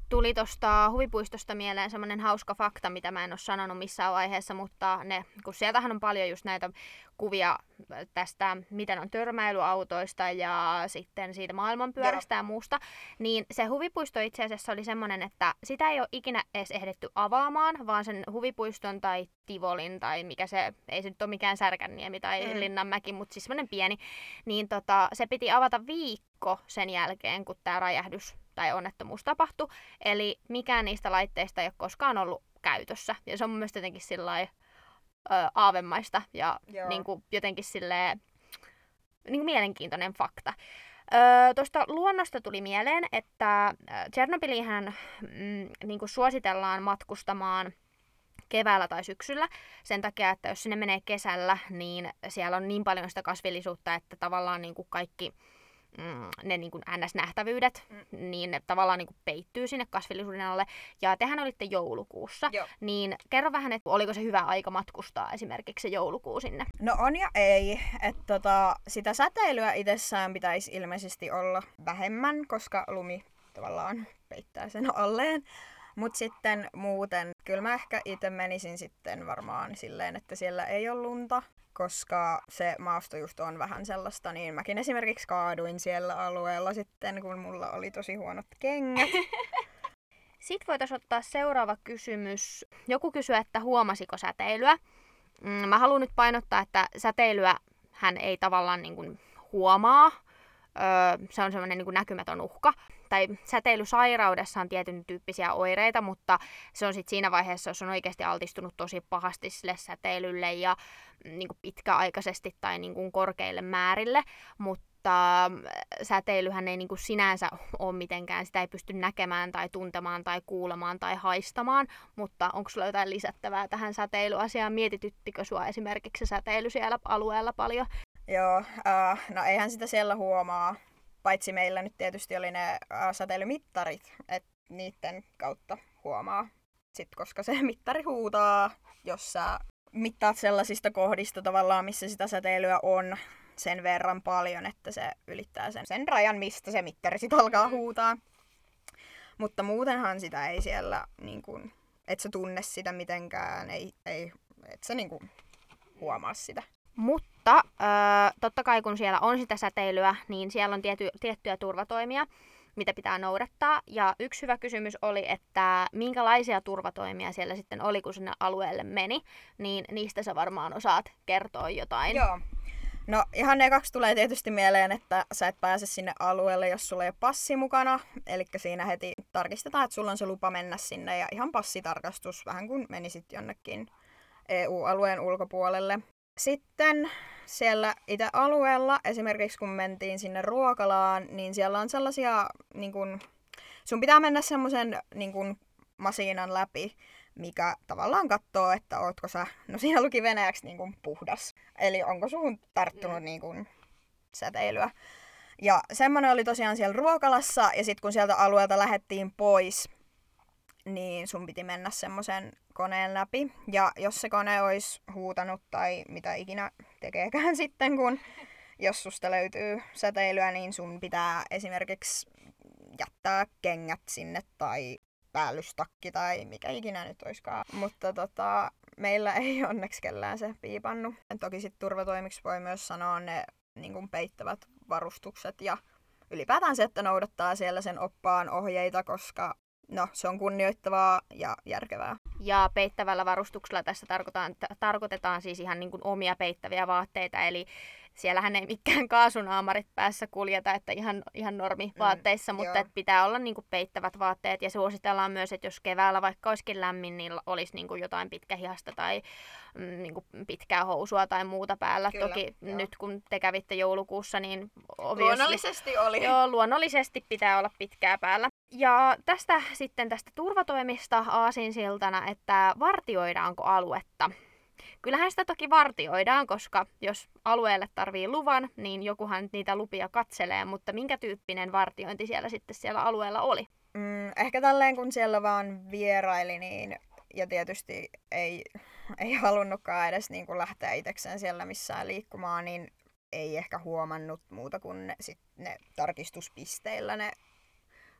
tuli tuosta huvipuistosta mieleen semmoinen hauska fakta, mitä mä en ole sanonut missään vaiheessa, mutta ne, kun sieltähän on paljon just näitä kuvia tästä, miten on törmäilyautoista ja sitten siitä maailmanpyörästä ja muusta, niin se huvipuisto itse asiassa oli semmoinen, että sitä ei ole ikinä edes ehditty avaamaan, vaan sen huvipuiston tai Tivolin tai mikä se, ei se nyt ole mikään Särkänniemi tai mm. Linnanmäki, mutta siis semmoinen pieni, niin tota, se piti avata viikko sen jälkeen, kun tämä räjähdys tai onnettomuus tapahtui. Eli mikään niistä laitteista ei ole koskaan ollut käytössä. Ja se on mun mielestä jotenkin sillai, ö, aavemaista ja niin kuin, jotenkin silleen, niin kuin mielenkiintoinen fakta. Öö, Tuosta luonnosta tuli mieleen, että Tšernobyliinhän mm, niin kuin suositellaan matkustamaan keväällä tai syksyllä sen takia, että jos sinne menee kesällä, niin siellä on niin paljon sitä kasvillisuutta, että tavallaan niin kuin kaikki mm, ne niin kuin N S-nähtävyydet, mm. niin ne tavallaan niin kuin peittyy sinne kasvillisuuden alle. Ja tehän olitte joulukuussa, Joo. niin kerro vähän, että oliko se hyvä aika matkustaa esimerkiksi se joulukuu sinne? No on ja ei. Että tota, sitä säteilyä itsessään pitäisi ilmeisesti olla vähemmän, koska lumi tavallaan peittää sen alleen. Mut sitten muuten, kyllä mä ehkä itse menisin sitten varmaan silleen, että siellä ei ole lunta, koska se maasto just on vähän sellaista, niin mäkin esimerkiksi kaaduin siellä alueella sitten, kun mulla oli tosi huonot kengät. Sitten voitaisiin ottaa seuraava kysymys. Joku kysyy, että huomasiko säteilyä. Mä haluan nyt painottaa, että säteilyä hän ei tavallaan niin kuin huomaa. Öö, se on semmoinen niin kuin näkymätön uhka. Tai säteilysairaudessa on tietyn tyyppisiä oireita, mutta se on sitten siinä vaiheessa, jos on oikeasti altistunut tosi pahasti sille säteilylle ja niin kuin pitkäaikaisesti tai niin kuin korkeille määrille. Mutta säteilyhän ei niin kuin sinänsä ole mitenkään, sitä ei pysty näkemään tai tuntemaan tai kuulemaan tai haistamaan. Mutta onko sulla jotain lisättävää tähän säteilyasiaan? Mietityttikö sua esimerkiksi se säteily siellä alueella paljon? Joo, äh, no eihän sitä siellä huomaa. Paitsi meillä nyt tietysti oli ne äh, säteilymittarit, että niiden kautta huomaa. Sitten koska se mittari huutaa, jos sä mittaat sellaisista kohdista tavallaan, missä sitä säteilyä on sen verran paljon, että se ylittää sen, sen rajan, mistä se mittari sitten alkaa huutaa. Mutta muutenhan sitä ei siellä, niin kun, et sä tunne sitä mitenkään, ei, ei, et sä niin kun huomaa sitä. Mutta öö, totta kai kun siellä on sitä säteilyä, niin siellä on tiety, tiettyjä turvatoimia, mitä pitää noudattaa. Ja yksi hyvä kysymys oli, että minkälaisia turvatoimia siellä sitten oli, kun sinne alueelle meni. Niin niistä sä varmaan osaat kertoa jotain. Joo. No ihan ekaksi tulee tietysti mieleen, että sä et pääse sinne alueelle, jos sulla ei ole passi mukana. Eli siinä heti tarkistetaan, että sulla on se lupa mennä sinne ja ihan passitarkastus, vähän kuin menisit jonnekin E U-alueen ulkopuolelle. Sitten siellä itse alueella, esimerkiksi kun mentiin sinne ruokalaan, niin siellä on sellaisia, niin kun, sun pitää mennä semmoisen niin kun masiinan läpi, mikä tavallaan katsoo, että ootko sä, no siinä luki venäjäksi niin kun puhdas. Eli onko suhun tarttunut niin kun säteilyä. Ja semmoinen oli tosiaan siellä ruokalassa, ja sitten kun sieltä alueelta lähdettiin pois, niin sun piti mennä semmoisen koneen läpi. Ja jos se kone olisi huutanut tai mitä ikinä tekeekään sitten, kun jos susta löytyy säteilyä, niin sun pitää esimerkiksi jättää kengät sinne tai päällystakki tai mikä ikinä nyt olisikaan. Mutta tota, meillä ei onneksi kellään se piipannut. Toki sitten turvatoimiksi voi myös sanoa ne niin kuin peittävät varustukset ja ylipäätään se, että noudattaa siellä sen oppaan ohjeita, koska no, se on kunnioittavaa ja järkevää. Ja peittävällä varustuksella tässä tarkoitetaan, tarkoitetaan siis ihan niin kuin omia peittäviä vaatteita, eli siellähän ei mikään kaasunaamarit päässä kuljeta, että ihan, ihan normivaatteissa, mm, mutta että pitää olla niin kuin peittävät vaatteet. Ja suositellaan myös, että jos keväällä vaikka olisikin lämmin, niin olisi niin kuin jotain pitkähihasta tai mm, niin kuin pitkää housua tai muuta päällä. Kyllä, Toki joo. Nyt kun te kävitte joulukuussa, niin obviously, luonnollisesti oli. Joo, luonnollisesti pitää olla pitkää päällä. Ja tästä sitten tästä turvatoimista aasinsiltana, että vartioidaanko aluetta. Kyllähän sitä toki vartioidaan, koska jos alueelle tarvii luvan, niin jokuhan niitä lupia katselee, mutta minkä tyyppinen vartiointi siellä sitten siellä alueella oli? Mm, ehkä tälleen kun siellä vaan vieraili, niin ja tietysti ei, ei halunnutkaan edes niin kuin lähteä itsekseen siellä missään liikkumaan, niin ei ehkä huomannut muuta kuin ne, sit ne tarkistuspisteillä ne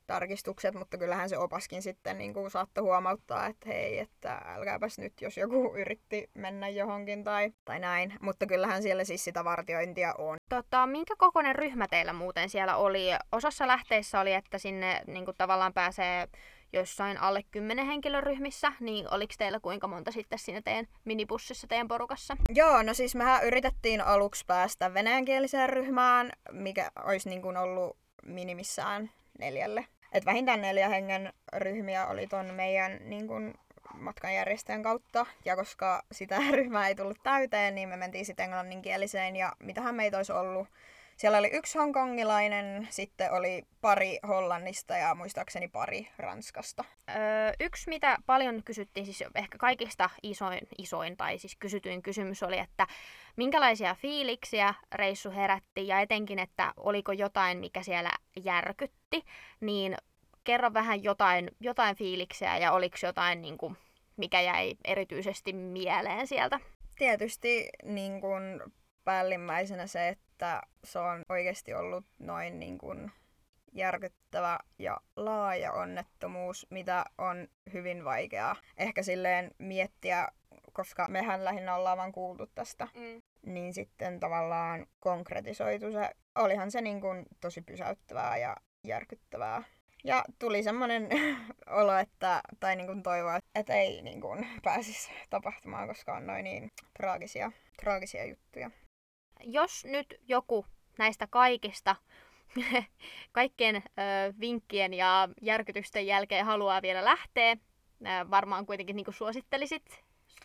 tarkistukset, mutta kyllähän se opaskin sitten niin kuin saattoi huomauttaa, että hei, että älkääpäs nyt, jos joku yritti mennä johonkin tai, tai näin. Mutta kyllähän siellä siis sitä vartiointia on. Tota, minkä kokoinen ryhmä teillä muuten siellä oli? Osassa lähteissä oli, että sinne niin kuin tavallaan pääsee jossain alle kymmenen henkilön ryhmissä, niin oliko teillä kuinka monta sitten siinä teidän minibussissa, teidän porukassa? Joo, no siis mehän yritettiin aluksi päästä venäjänkieliseen ryhmään, mikä olisi niin kuin ollut minimissään neljälle. Et vähintään neljä hengen ryhmiä oli ton meidän niin kuin matkanjärjestäjän kautta, ja koska sitä ryhmää ei tullut täyteen, niin me mentiin sitten englanninkieliseen, ja mitähän meitä olisi ollut. Siellä oli yksi hongkongilainen, sitten oli pari Hollannista ja muistaakseni pari Ranskasta. Öö, yksi, mitä paljon kysyttiin, siis ehkä kaikista isoin, isoin tai siis kysytyin kysymys oli, että minkälaisia fiiliksiä reissu herätti ja etenkin, että oliko jotain, mikä siellä järkytti, niin kerro vähän jotain, jotain fiiliksiä ja oliko jotain, niin kuin, mikä jäi erityisesti mieleen sieltä? Tietysti niin kuin päällimmäisenä se, että se on oikeasti ollut noin niin kuin järkyttävä ja laaja onnettomuus, mitä on hyvin vaikeaa ehkä silleen miettiä, koska mehän lähinnä ollaan vaan kuultu tästä. Mm. Niin sitten tavallaan konkretisoitu se. Olihan se niin kuin tosi pysäyttävää ja järkyttävää. Ja tuli semmoinen olo, että, tai niin kuin toivoa, että ei niin kuin pääsisi tapahtumaan, koska on noin niin traagisia, traagisia juttuja. Jos nyt joku näistä kaikista, kaikkien ö, vinkkien ja järkytysten jälkeen haluaa vielä lähteä, ö, varmaan kuitenkin niin kuin suosittelisit?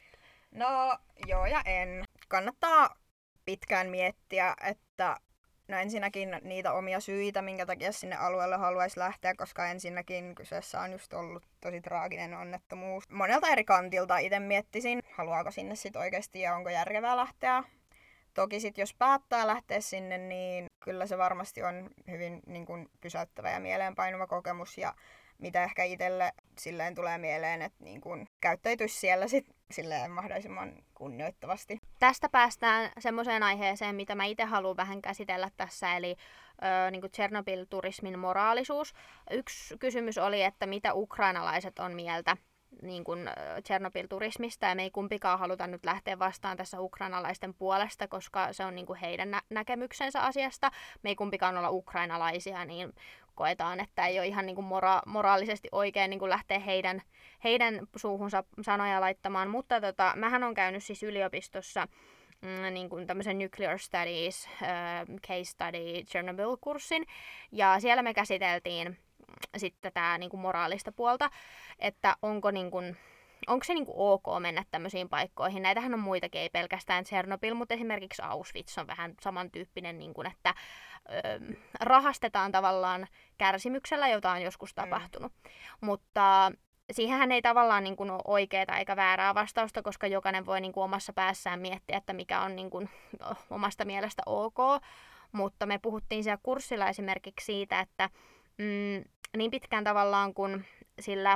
No joo ja en. Kannattaa pitkään miettiä, että no ensinnäkin niitä omia syitä, minkä takia sinne alueelle haluaisi lähteä, koska ensinnäkin kyseessä on just ollut tosi traaginen onnettomuus. Monelta eri kantilta itse miettisin, haluaako sinne sitten oikeasti ja onko järkevää lähteä. Toki sitten jos päättää lähteä sinne, niin kyllä se varmasti on hyvin niin kun, pysäyttävä ja mieleenpainuva kokemus. Ja mitä ehkä itselle silleen tulee mieleen, että niin kun, käyttäytyisi siellä sit, silleen mahdollisimman kunnioittavasti. Tästä päästään semmoiseen aiheeseen, mitä mä itse haluan vähän käsitellä tässä, eli ö, niin kuin Tšernobyl-turismin moraalisuus. Yksi kysymys oli, että mitä ukrainalaiset on mieltä niin kuin Tšernobyl-turismista, ja me ei kumpikaan haluta nyt lähteä vastaan tässä ukrainalaisten puolesta, koska se on niin kuin heidän nä- näkemyksensä asiasta. Me ei kumpikaan olla ukrainalaisia, niin koetaan, että ei ole ihan niin kuin mora- moraalisesti oikein niin kuin lähteä heidän, heidän suuhunsa sanoja laittamaan. Mutta tota, mähän on käynyt siis yliopistossa mm, niin kuin tämmöisen Nuclear Studies äh, Case Study Chernobyl-kurssin, ja siellä me käsiteltiin sitten tätä niin kuin moraalista puolta, että onko, niin kuin, onko se niin kuin ok mennä tämmöisiin paikkoihin. Näitähän on muitakin, ei pelkästään Tšernobyl, mutta esimerkiksi Auschwitz on vähän samantyyppinen, niin kuin, että ö, rahastetaan tavallaan kärsimyksellä, jota on joskus tapahtunut. Mm. Mutta siihenhän ei tavallaan niin kuin ole oikeaa eikä väärää vastausta, koska jokainen voi niin kuin omassa päässään miettiä, että mikä on niin kuin omasta mielestä ok. Mutta me puhuttiin siellä kurssilla esimerkiksi siitä, että mm, niin pitkään tavallaan kun sillä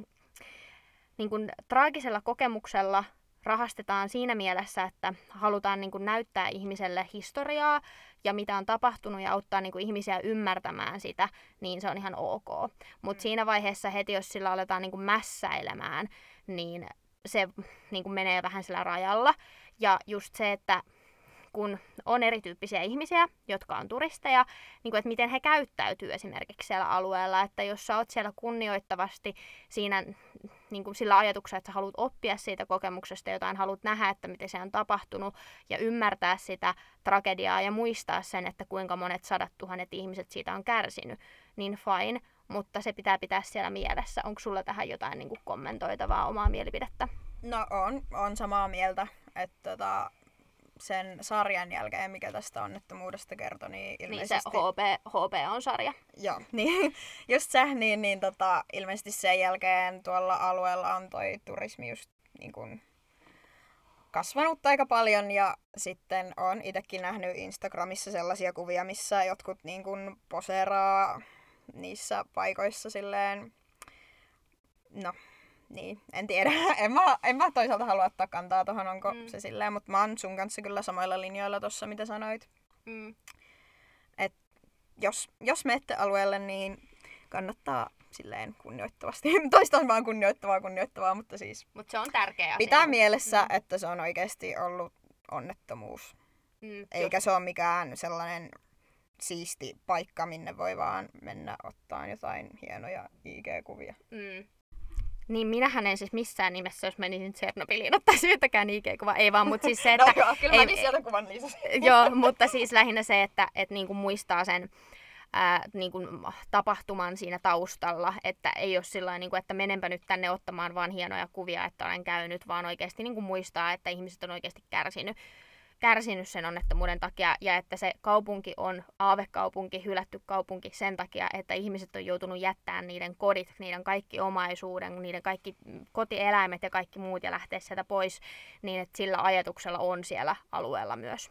niin kun traagisella kokemuksella rahastetaan siinä mielessä, että halutaan niin kun näyttää ihmiselle historiaa ja mitä on tapahtunut ja auttaa niin kun ihmisiä ymmärtämään sitä, niin se on ihan ok. Mutta mm. siinä vaiheessa heti, jos sillä aletaan niin kun mässäilemään, niin se niin kun menee vähän sillä rajalla. Ja just se, että kun on erityyppisiä ihmisiä, jotka on turisteja, niin kuin, että miten he käyttäytyy esimerkiksi siellä alueella, että jos sä oot siellä kunnioittavasti siinä, niin kuin sillä ajatuksella, että sä haluat oppia siitä kokemuksesta jotain, haluat nähdä, että miten se on tapahtunut ja ymmärtää sitä tragediaa ja muistaa sen, että kuinka monet sadat tuhannet ihmiset siitä on kärsinyt, niin fine, mutta se pitää pitää siellä mielessä. Onko sulla tähän jotain niin kuin kommentoitavaa omaa mielipidettä? No on, on samaa mieltä, että tota sen sarjan jälkeen, mikä tästä onnettomuudesta kertoi, niin ilmeisesti... Niin se H P, H P on sarja. Joo, niin just se, niin, niin tota, ilmeisesti sen jälkeen tuolla alueella on toi turismi just niin kuin kasvanut aika paljon, ja sitten on itsekin nähnyt Instagramissa sellaisia kuvia, missä jotkut niin kuin poseeraa niissä paikoissa silleen, no... Niin, en tiedä. En mä, en mä toisaalta halua ottaa kantaa tohon, onko mm. se silleen, mutta mä oon sun kanssa kyllä samoilla linjoilla tossa, mitä sanoit. Mm. Et jos, jos menette alueelle, niin kannattaa silleen kunnioittavasti. Toistaan vaan kunnioittavaa kunnioittavaa, mutta siis Mut se on tärkeä asia. pitää mielessä, mm. että se on oikeasti ollut onnettomuus. Mm, Eikä se ole mikään sellainen siisti paikka, minne voi vaan mennä ottaa jotain hienoja I G-kuvia. Mm. Niin minähän en siis missään nimessä, jos menisin Tsernobyliin, ottaisi yhtäkään I G-kuvaa. Ei vaan, mutta siis se, että... no joo, kyllä ei, mä sieltä kuvan lisäsin. Joo, mutta siis lähinnä se, että et niinku muistaa sen ää, niinku tapahtuman siinä taustalla, että ei ole sillä niinku, että menenpä nyt tänne ottamaan vaan hienoja kuvia, että olen käynyt, vaan oikeasti niinku muistaa, että ihmiset on oikeasti kärsinyt. kärsinyt sen onnettomuuden takia ja että se kaupunki on aavekaupunki, hylätty kaupunki sen takia, että ihmiset on joutunut jättämään niiden kodit, niiden kaikki omaisuuden, niiden kaikki kotieläimet ja kaikki muut ja lähteä sieltä pois, niin että sillä ajatuksella on siellä alueella myös.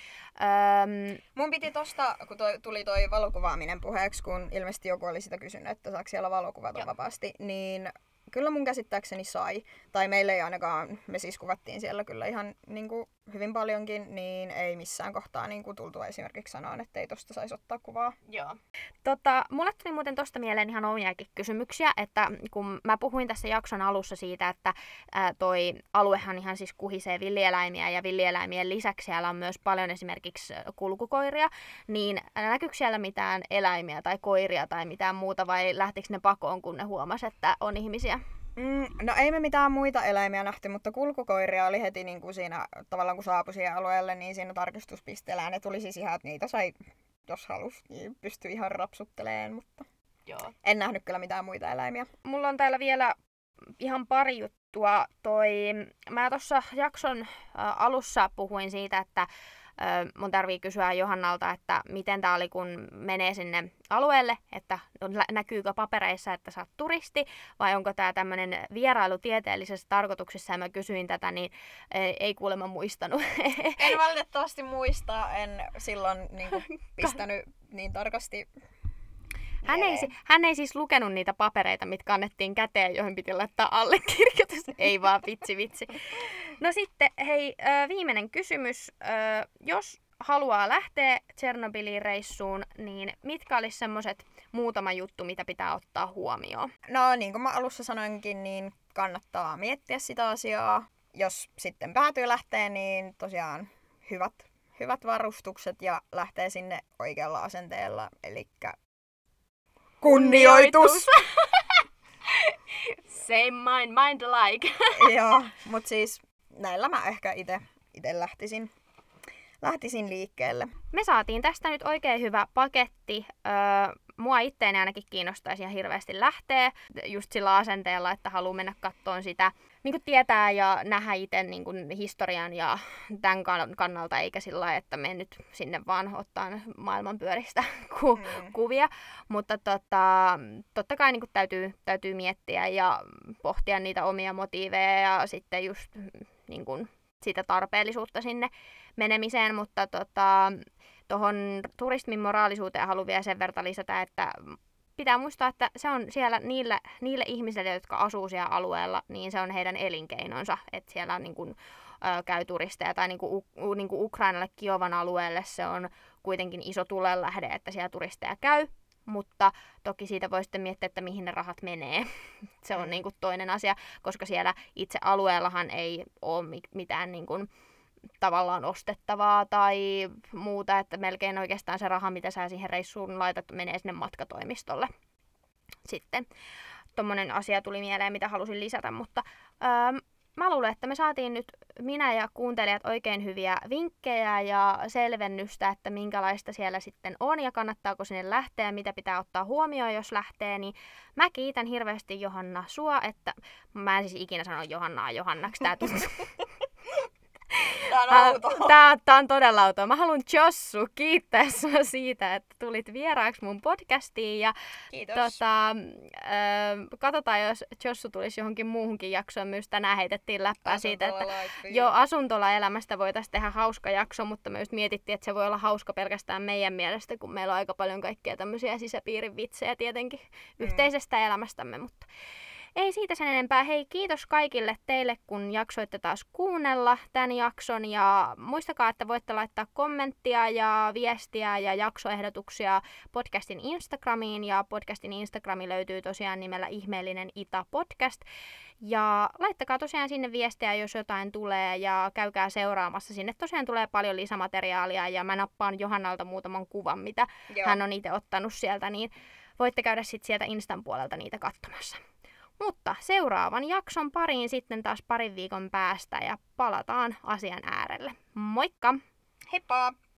Öm... Mun piti tosta, kun toi, tuli toi valokuvaaminen puheeksi, kun ilmeisesti joku oli sitä kysynyt, että saako siellä valokuvata vapaasti, niin kyllä mun käsittääkseni sai. Tai meille ei ainakaan, me siis kuvattiin siellä kyllä ihan niin kuin hyvin paljonkin, niin ei missään kohtaa niin kuin tultu esimerkiksi sanoa, että ei tosta saisi ottaa kuvaa. Joo. Tota, mulle tuli muuten tosta mieleen ihan omiakin kysymyksiä, että kun mä puhuin tässä jakson alussa siitä, että ää, toi aluehan ihan siis kuhisee villieläimiä ja villieläimien lisäksi siellä on myös paljon esimerkiksi kulkukoiria, niin näkyykö siellä mitään eläimiä tai koiria tai mitään muuta vai lähtikö ne pakoon, kun ne huomasi, että on ihmisiä? Mm, no ei me mitään muita eläimiä nähty, mutta kulkukoiria oli heti niin kuin siinä, tavallaan kun saapui siihen alueelle, niin siinä tarkistuspisteellä ne tuli siis ihan, että niitä sai, jos halus, niin pystyi ihan rapsuttelemaan, mutta Joo. En nähnyt kyllä mitään muita eläimiä. Mulla on täällä vielä ihan pari juttua. Toi, mä tuossa jakson ä, alussa puhuin siitä, että mun tarvii kysyä Johannalta, että miten tää oli, kun menee sinne alueelle, että näkyykö papereissa, että sä oot turisti, vai onko tää tämmönen vierailu tieteellisessä tarkoituksessa, ja mä kysyin tätä, niin ei kuulemma muistanut. En valitettavasti muista, en silloin niin kuin, pistänyt niin tarkasti. Hän ei, hän ei siis lukenut niitä papereita, mitkä annettiin käteen, joihin piti laittaa allekirjoitus. Ei vaan, vitsi, vitsi. No sitten, hei, viimeinen kysymys. Jos haluaa lähteä Tsernobyliin reissuun, niin mitkä olisi semmoiset muutama juttu, mitä pitää ottaa huomioon? No niin kuin mä alussa sanoinkin, niin kannattaa miettiä sitä asiaa. Jos sitten päätyy lähteä, niin tosiaan hyvät, hyvät varustukset ja lähtee sinne oikealla asenteella, elikkä kunnioitus! Same mind, mind alike. Joo, mutta siis näillä mä ehkä ite, ite lähtisin, lähtisin liikkeelle. Me saatiin tästä nyt oikein hyvä paketti. Öö, mua itteeni ainakin kiinnostaisi ihan hirveästi lähteä just sillä asenteella, että haluaa mennä kattoon sitä, niin kuin tietää ja nähdä itse niin kuin historian ja tämän kannalta, eikä sillä lailla, että menen nyt sinne vaan ottaa maailmanpyöristä ku- mm. kuvia. Mutta tota, totta kai niin kuin täytyy, täytyy miettiä ja pohtia niitä omia motiiveja ja sitten just niin kuin sitä tarpeellisuutta sinne menemiseen, mutta tota, tuohon turismin moraalisuuteen haluan vielä sen verran lisätä, että pitää muistaa, että se on siellä niille, niille ihmisille, jotka asuu siellä alueella, niin se on heidän elinkeinonsa, että siellä niin kuin, ö, käy turisteja, tai niin kuin, u, niin kuin Ukrainalle Kiovan alueelle se on kuitenkin iso tulenlähde, että siellä turisteja käy, mutta toki siitä voi sitten miettiä, että mihin ne rahat menee. Se on niin kuin toinen asia, koska siellä itse alueellahan ei ole mitään niin kuin tavallaan ostettavaa tai muuta, että melkein oikeastaan se raha, mitä sä siihen reissuun laitat, menee sinne matkatoimistolle. Sitten tommonen asia tuli mieleen, mitä halusin lisätä, mutta öö, mä luulen, että me saatiin nyt minä ja kuuntelijat oikein hyviä vinkkejä ja selvennystä, että minkälaista siellä sitten on ja kannattaako sinne lähteä ja mitä pitää ottaa huomioon, jos lähtee, niin mä kiitän hirveästi Johanna sua, että mä en siis ikinä sano Johannaa Johannaksi, tää tuntuu. Tää on outoa. Tää, tää on todella outoa. Mä haluan Jossu kiittää sua siitä, että tulit vieraaksi mun podcastiin. Ja Kiitos. Tota, äh, katsotaan, jos Jossu tulisi johonkin muuhunkin jaksoon. Myös tänään heitettiin läppää siitä, että jo asuntolaelämästä voitaisiin tehdä hauska jakso, mutta me just mietittiin, että se voi olla hauska pelkästään meidän mielestä, kun meillä on aika paljon kaikkea tämmöisiä sisäpiirin vitsejä tietenkin mm. yhteisestä elämästämme. Mutta Ei siitä sen enempää. Hei, kiitos kaikille teille, kun jaksoitte taas kuunnella tämän jakson. Ja muistakaa, että voitte laittaa kommenttia ja viestiä ja jaksoehdotuksia podcastin Instagramiin. Ja podcastin Instagrami löytyy tosiaan nimellä Ihmeellinen Itä Podcast. Ja laittakaa tosiaan sinne viestiä, jos jotain tulee, ja käykää seuraamassa. Sinne tosiaan tulee paljon lisämateriaalia, ja mä nappaan Johannalta muutaman kuvan, mitä Joo. hän on itse ottanut sieltä, niin voitte käydä sitten sieltä Instan puolelta niitä katsomassa. Mutta seuraavan jakson pariin sitten taas parin viikon päästä, ja palataan asian äärelle. Moikka! Heippa!